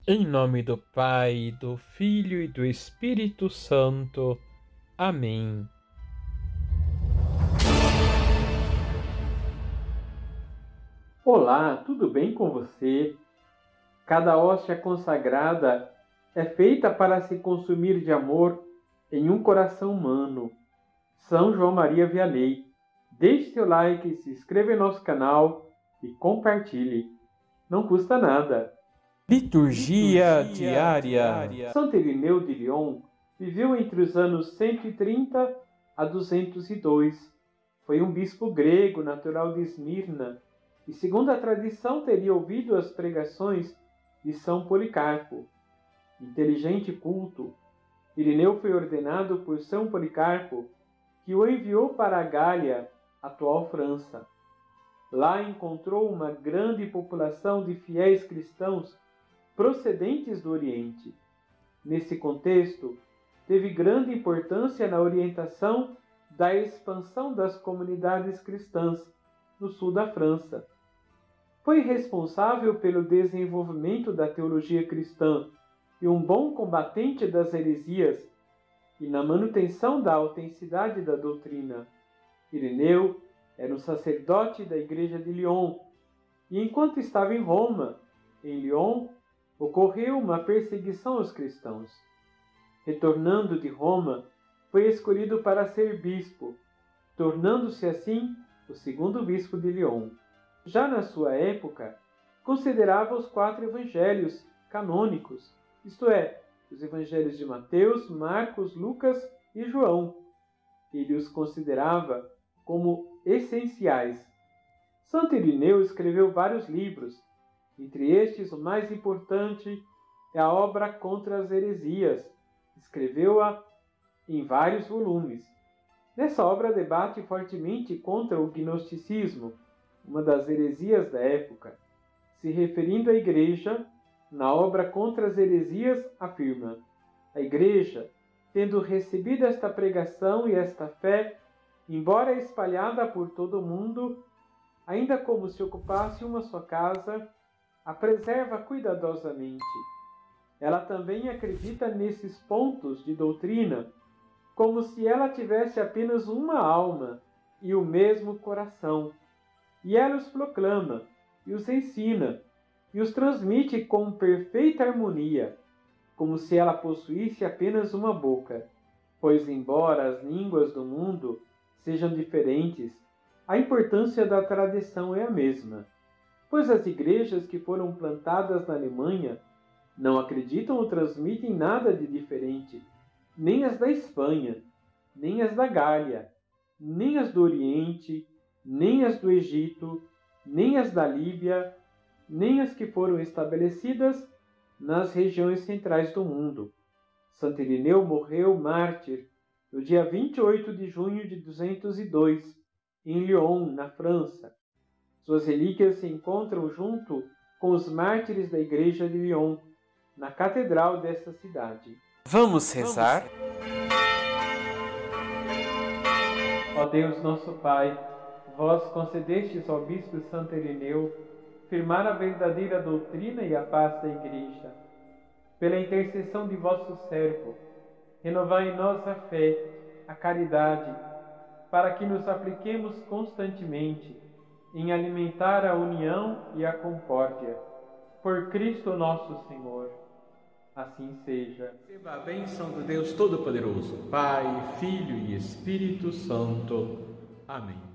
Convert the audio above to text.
Em nome do Pai, do Filho e do Espírito Santo. Amém. Olá, tudo bem com você? Cada hóstia consagrada é feita para se consumir de amor em um coração humano. São João Maria Vianney. Deixe seu like, se inscreva em nosso canal e compartilhe. Não custa nada. Liturgia diária. Santo Irineu de Lyon viveu entre os anos 130 a 202. Foi um bispo grego natural de Esmirna e, segundo a tradição, teria ouvido as pregações de São Policarpo. Inteligente e culto, Irineu foi ordenado por São Policarpo, que o enviou para a Gália, atual França. Lá encontrou uma grande população de fiéis cristãos procedentes do Oriente. Nesse contexto, teve grande importância na orientação da expansão das comunidades cristãs no sul da França. Foi responsável pelo desenvolvimento da teologia cristã e um bom combatente das heresias e na manutenção da autenticidade da doutrina. Irineu era um sacerdote da Igreja de Lyon e, enquanto estava em Roma, em Lyon, ocorreu uma perseguição aos cristãos. Retornando de Roma, foi escolhido para ser bispo, tornando-se assim o segundo bispo de Lyon. Já na sua época, considerava os 4 evangelhos canônicos, isto é, os evangelhos de Mateus, Marcos, Lucas e João. Ele os considerava como essenciais. Santo Irineu escreveu vários livros. Entre estes, o mais importante é a obra Contra as Heresias. Escreveu-a em vários volumes. Nessa obra debate fortemente contra o gnosticismo, uma das heresias da época. Se referindo à Igreja, na obra Contra as Heresias, afirma: a Igreja, tendo recebido esta pregação e esta fé, embora espalhada por todo o mundo, ainda como se ocupasse uma só casa, a preserva cuidadosamente. Ela também acredita nesses pontos de doutrina, como se ela tivesse apenas uma alma e o mesmo coração. E ela os proclama, e os ensina, e os transmite com perfeita harmonia, como se ela possuísse apenas uma boca. Pois, embora as línguas do mundo sejam diferentes, a importância da tradição é a mesma. Pois as igrejas que foram plantadas na Alemanha não acreditam ou transmitem nada de diferente, nem as da Espanha, nem as da Gália, nem as do Oriente, nem as do Egito, nem as da Líbia, nem as que foram estabelecidas nas regiões centrais do mundo. Santo Irineu morreu mártir no dia 28 de junho de 202, em Lyon, na França. Suas relíquias se encontram junto com os mártires da Igreja de Lyon, na catedral dessa cidade. Vamos rezar? Ó Deus nosso Pai, vós concedestes ao bispo Santo Irineu firmar a verdadeira doutrina e a paz da Igreja. Pela intercessão de vosso servo, renovai em nós a fé, a caridade, para que nos apliquemos constantemente em alimentar a união e a concórdia. Por Cristo nosso Senhor. Assim seja. Receba a bênção do Deus Todo-Poderoso, Pai, Filho e Espírito Santo. Amém.